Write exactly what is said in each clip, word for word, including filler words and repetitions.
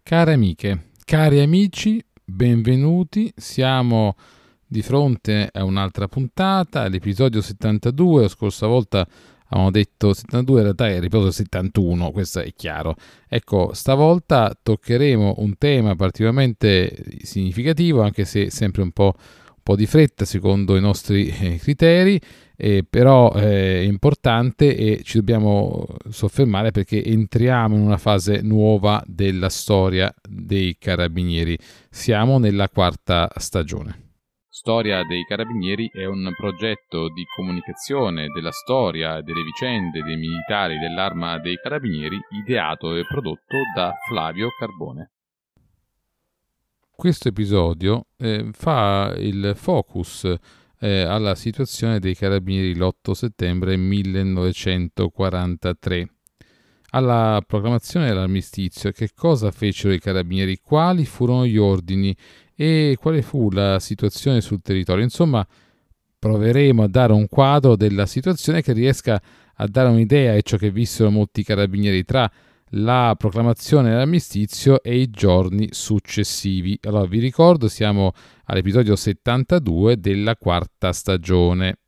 Care amiche, cari amici, benvenuti. Siamo di fronte a un'altra puntata, l'episodio settantadue. La scorsa volta avevamo detto settantadue, in realtà è ripeto settantuno, questo è chiaro. Ecco, stavolta toccheremo un tema particolarmente significativo, anche se sempre un po', un po' di fretta secondo i nostri eh, criteri. Eh, però eh, è importante e ci dobbiamo soffermare perché entriamo in una fase nuova della storia dei Carabinieri. Siamo nella quarta stagione. Storia dei Carabinieri è un progetto di comunicazione della storia e delle vicende dei militari dell'Arma dei Carabinieri ideato e prodotto da Flavio Carbone. Questo episodio eh, fa il focus Eh, alla situazione dei Carabinieri l'otto settembre millenovecentoquarantatré. Alla proclamazione dell'armistizio, che cosa fecero i Carabinieri, quali furono gli ordini e quale fu la situazione sul territorio. Insomma, proveremo a dare un quadro della situazione che riesca a dare un'idea di ciò che vissero molti Carabinieri tra la proclamazione dell'armistizio e i giorni successivi. Allora vi ricordo, siamo all'episodio settantadue della quarta stagione.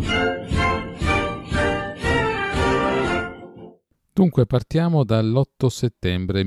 Dunque partiamo dall'otto settembre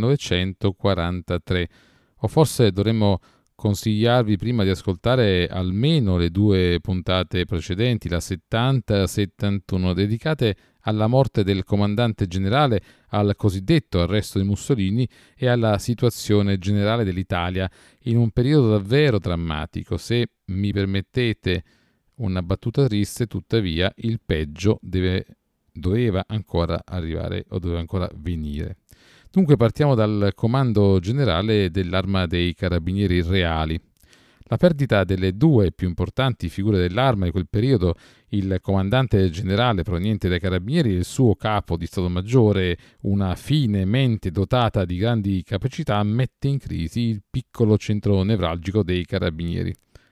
millenovecentoquarantatré, o forse dovremmo consigliarvi prima di ascoltare almeno le due puntate precedenti, la settanta e la settantuno, dedicate alla morte del comandante generale, al cosiddetto arresto di Mussolini e alla situazione generale dell'Italia in un periodo davvero drammatico. Se mi permettete una battuta triste, tuttavia il peggio deve, doveva ancora arrivare o doveva ancora venire. Dunque partiamo dal comando generale dell'Arma dei Carabinieri reali. La perdita delle due più importanti figure dell'Arma di quel periodo, il comandante generale proveniente dai Carabinieri e il suo capo di Stato Maggiore, una fine mente dotata di grandi capacità, mette in crisi il piccolo centro nevralgico dei Carabinieri.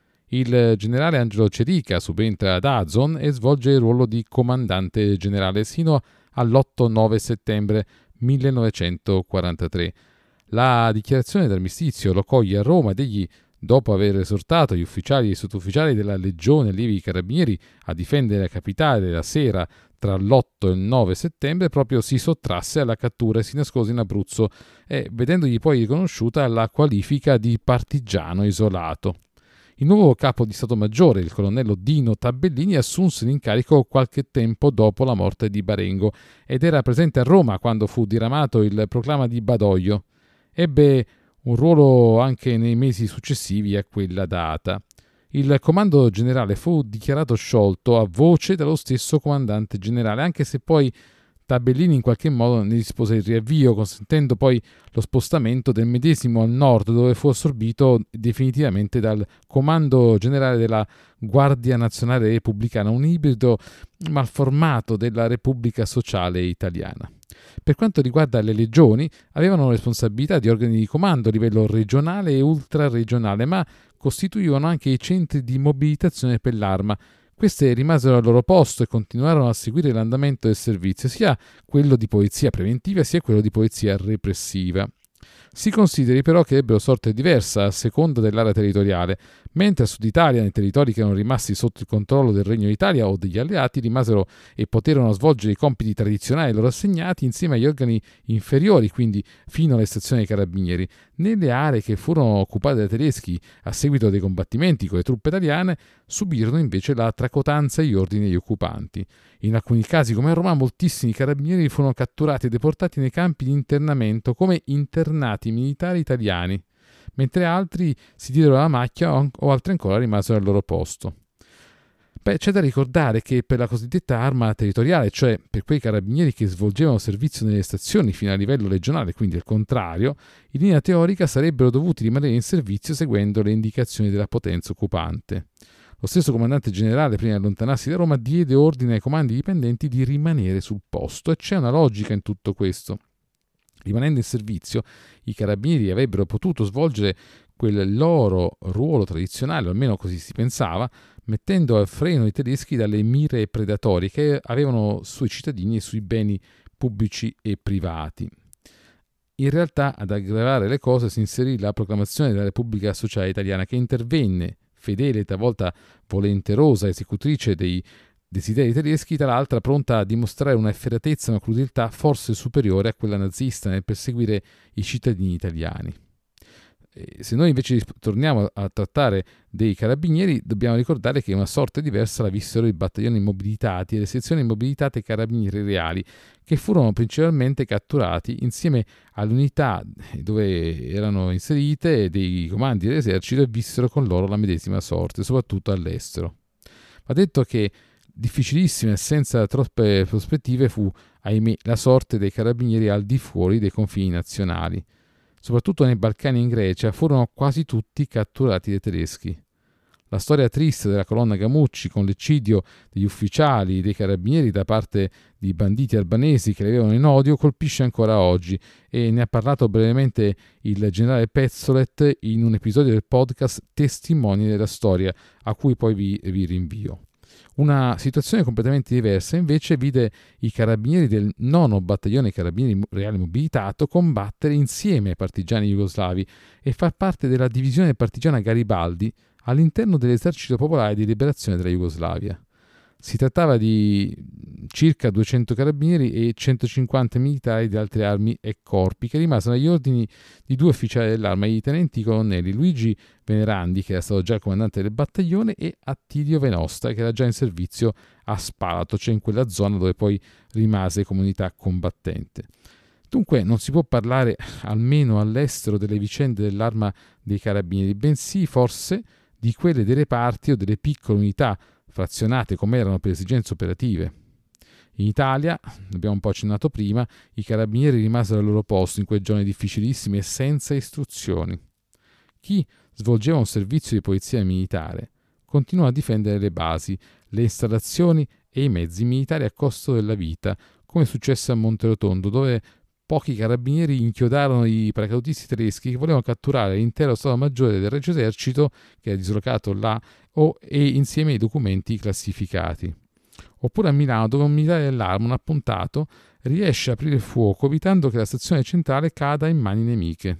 Il generale Angelo Cerica subentra ad Azon e svolge il ruolo di comandante generale sino all'otto nove settembre millenovecentoquarantatré. La dichiarazione d'armistizio lo coglie a Roma ed egli, dopo aver esortato gli ufficiali e sottufficiali della Legione Allievi Carabinieri a difendere la capitale la sera tra l'otto e il nove settembre, proprio si sottrasse alla cattura e si nascose in Abruzzo, e vedendogli poi riconosciuta la qualifica di partigiano isolato. Il nuovo capo di Stato Maggiore, il colonnello Dino Tabellini, assunse l'incarico qualche tempo dopo la morte di Barengo ed era presente a Roma quando fu diramato il proclama di Badoglio. Ebbe un ruolo anche nei mesi successivi a quella data. Il comando generale fu dichiarato sciolto a voce dallo stesso comandante generale, anche se poi Tabellini in qualche modo ne dispose il riavvio, consentendo poi lo spostamento del medesimo al nord, dove fu assorbito definitivamente dal comando generale della Guardia Nazionale Repubblicana, un ibrido malformato della Repubblica Sociale Italiana. Per quanto riguarda le legioni, avevano responsabilità di organi di comando a livello regionale e ultraregionale, ma costituivano anche i centri di mobilitazione per l'Arma. Queste rimasero al loro posto e continuarono a seguire l'andamento del servizio, sia quello di polizia preventiva sia quello di polizia repressiva. Si consideri però che ebbero sorte diversa a seconda dell'area territoriale. Mentre a Sud Italia, nei territori che erano rimasti sotto il controllo del Regno d'Italia o degli alleati, rimasero e poterono svolgere i compiti tradizionali loro assegnati insieme agli organi inferiori, quindi fino alle stazioni dei Carabinieri. Nelle aree che furono occupate dai tedeschi a seguito dei combattimenti con le truppe italiane, subirono invece la tracotanza e gli ordini degli occupanti. In alcuni casi, come a Roma, moltissimi carabinieri furono catturati e deportati nei campi di internamento come internati militari italiani, mentre altri si diedero alla macchia o altri ancora rimasero al loro posto. Beh, c'è da ricordare che per la cosiddetta arma territoriale, cioè per quei carabinieri che svolgevano servizio nelle stazioni fino a livello regionale, quindi al contrario, in linea teorica sarebbero dovuti rimanere in servizio seguendo le indicazioni della potenza occupante. Lo stesso comandante generale, prima di allontanarsi da Roma, diede ordine ai comandi dipendenti di rimanere sul posto, e c'è una logica in tutto questo. Rimanendo in servizio, i carabinieri avrebbero potuto svolgere quel loro ruolo tradizionale, o almeno così si pensava, mettendo a freno i tedeschi dalle mire predatorie che avevano sui cittadini e sui beni pubblici e privati. In realtà, ad aggravare le cose si inserì la proclamazione della Repubblica Sociale Italiana, che intervenne, fedele e talvolta volenterosa esecutrice dei desideri tedeschi, tra l'altro pronta a dimostrare una efferatezza e una crudeltà forse superiore a quella nazista nel perseguire i cittadini italiani. E se noi invece torniamo a trattare dei carabinieri, dobbiamo ricordare che una sorte diversa la vissero i battaglioni mobilitati e le sezioni mobilitate carabinieri reali, che furono principalmente catturati insieme alle unità dove erano inserite dei comandi dell'esercito e vissero con loro la medesima sorte, soprattutto all'estero. Va detto che difficilissima e senza troppe prospettive fu, ahimè, la sorte dei carabinieri al di fuori dei confini nazionali. Soprattutto nei Balcani e in Grecia furono quasi tutti catturati dai tedeschi. La storia triste della colonna Camucci, con l'eccidio degli ufficiali dei carabinieri da parte di banditi albanesi che li avevano in odio, colpisce ancora oggi, e ne ha parlato brevemente il generale Pezzolet in un episodio del podcast Testimoni della storia, a cui poi vi, vi rinvio. Una situazione completamente diversa invece vide i carabinieri del nono battaglione carabinieri reale mobilitato combattere insieme ai partigiani jugoslavi e far parte della divisione partigiana Garibaldi all'interno dell'esercito popolare di liberazione della Jugoslavia. Si trattava di circa duecento carabinieri e centocinquanta militari di altre armi e corpi che rimasero agli ordini di due ufficiali dell'arma, i tenenti colonnelli Luigi Venerandi, che era stato già comandante del battaglione, e Attilio Venosta, che era già in servizio a Spalato, cioè in quella zona dove poi rimase comunità combattente. Dunque non si può parlare, almeno all'estero, delle vicende dell'arma dei carabinieri, bensì forse di quelle dei reparti o delle piccole unità frazionate come erano per esigenze operative. In Italia, abbiamo un po' accennato prima, i carabinieri rimasero al loro posto in quei giorni difficilissimi e senza istruzioni. Chi svolgeva un servizio di polizia militare continuò a difendere le basi, le installazioni e i mezzi militari a costo della vita, come successe a Monterotondo, dove pochi carabinieri inchiodarono i paracadutisti tedeschi che volevano catturare l'intero Stato Maggiore del Regio Esercito, che era dislocato là, o, e insieme i documenti classificati. Oppure a Milano, dove un militare dell'arma, un appuntato, riesce a aprire il fuoco evitando che la stazione centrale cada in mani nemiche.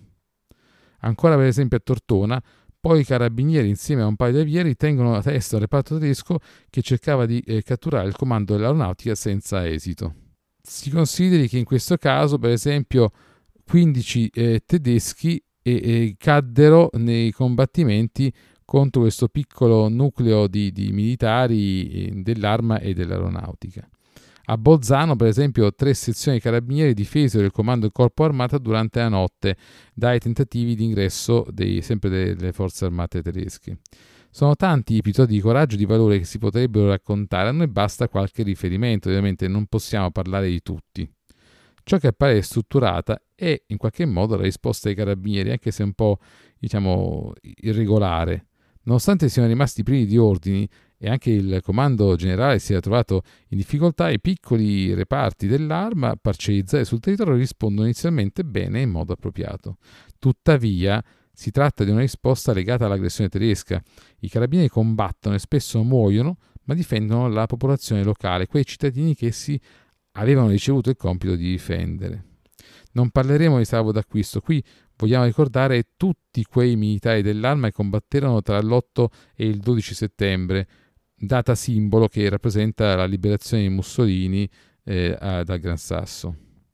Ancora per esempio a Tortona, poi i carabinieri insieme a un paio di avieri tengono la testa al reparto tedesco che cercava di eh, catturare il comando dell'aeronautica senza esito. Si consideri che in questo caso, per esempio, quindici eh, tedeschi eh, eh, caddero nei combattimenti contro questo piccolo nucleo di, di militari eh, dell'arma e dell'aeronautica. A Bolzano, per esempio, tre sezioni carabinieri difesero il comando del corpo armato durante la notte dai tentativi di ingresso dei, sempre delle forze armate tedesche. Sono tanti episodi di coraggio e di valore che si potrebbero raccontare, a noi basta qualche riferimento, ovviamente non possiamo parlare di tutti. Ciò che appare strutturata è in qualche modo la risposta dei carabinieri, anche se un po', diciamo, irregolare. Nonostante siano rimasti privi di ordini e anche il comando generale si era trovato in difficoltà, i piccoli reparti dell'arma parcellizzati sul territorio rispondono inizialmente bene e in modo appropriato. Tuttavia, si tratta di una risposta legata all'aggressione tedesca. I carabinieri combattono e spesso muoiono, ma difendono la popolazione locale, quei cittadini che essi avevano ricevuto il compito di difendere. Non parleremo di salvo d'acquisto, qui vogliamo ricordare tutti quei militari dell'arma che combatterono tra l'otto e il dodici settembre, data simbolo che rappresenta la liberazione di Mussolini eh, dal Gran Sasso.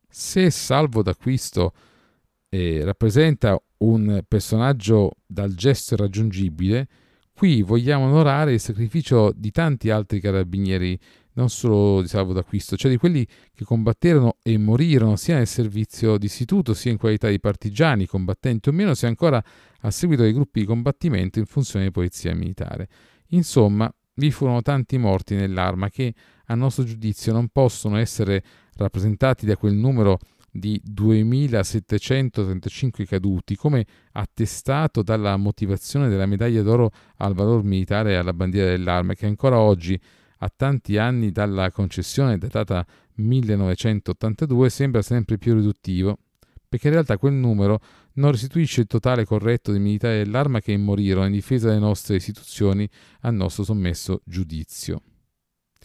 Se salvo d'acquisto eh, rappresenta un personaggio dal gesto irraggiungibile, qui vogliamo onorare il sacrificio di tanti altri carabinieri, non solo di salvo d'acquisto, cioè di quelli che combatterono e morirono sia nel servizio d'istituto sia in qualità di partigiani, combattenti o meno, sia ancora a seguito dei gruppi di combattimento in funzione di polizia militare. Insomma, vi furono tanti morti nell'arma che, a nostro giudizio, non possono essere rappresentati da quel numero di duemilasettecentotrentacinque caduti, come attestato dalla motivazione della medaglia d'oro al valor militare e alla bandiera dell'arma, che ancora oggi, a tanti anni dalla concessione datata millenovecentottantadue, sembra sempre più riduttivo, perché in realtà quel numero non restituisce il totale corretto dei militari dell'arma che morirono in difesa delle nostre istituzioni a nostro sommesso giudizio.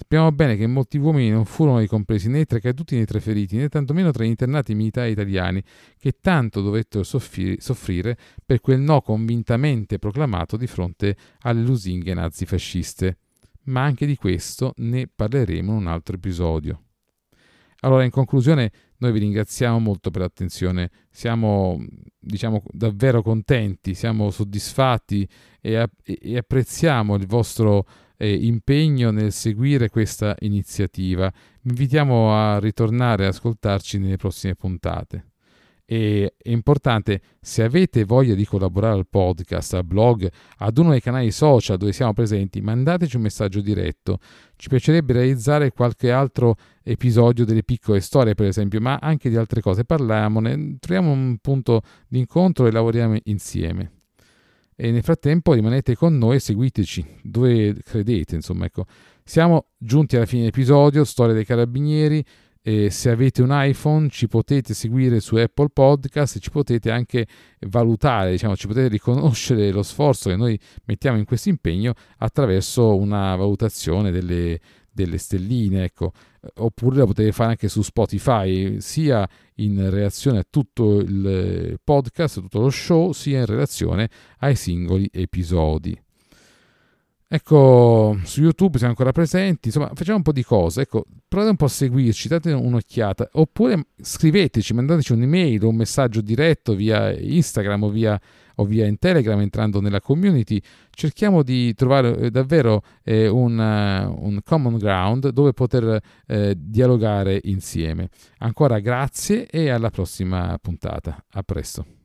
Sappiamo bene che molti uomini non furono ricompresi né tra i caduti né tra i feriti, né tantomeno tra gli internati militari italiani, che tanto dovettero soffrire, soffrire per quel no convintamente proclamato di fronte alle lusinghe nazifasciste. Ma anche di questo ne parleremo in un altro episodio. Allora, in conclusione, noi vi ringraziamo molto per l'attenzione, siamo, diciamo, davvero contenti, siamo soddisfatti e, e apprezziamo il vostro eh, impegno nel seguire questa iniziativa. Vi invitiamo a ritornare ad ascoltarci nelle prossime puntate. E è importante, se avete voglia di collaborare al podcast, al blog, ad uno dei canali social dove siamo presenti, mandateci un messaggio diretto. Ci piacerebbe realizzare qualche altro episodio delle piccole storie, per esempio, ma anche di altre cose. Parliamone, troviamo un punto di incontro e lavoriamo insieme. E nel frattempo rimanete con noi e seguiteci dove credete, insomma, ecco. Siamo giunti alla fine dell'episodio, Storia dei Carabinieri. E se avete un iPhone ci potete seguire su Apple Podcast e ci potete anche valutare, diciamo, ci potete riconoscere lo sforzo che noi mettiamo in questo impegno attraverso una valutazione delle, delle stelline, ecco. Oppure la potete fare anche su Spotify, sia in relazione a tutto il podcast, tutto lo show, sia in relazione ai singoli episodi. Ecco, su YouTube siamo ancora presenti, insomma facciamo un po' di cose, ecco, provate un po' a seguirci, date un'occhiata, oppure scriveteci, mandateci un'email o un messaggio diretto via Instagram o via, o via in Telegram entrando nella community. Cerchiamo di trovare davvero eh, un, uh, un common ground dove poter eh, dialogare insieme. Ancora grazie e alla prossima puntata, a presto.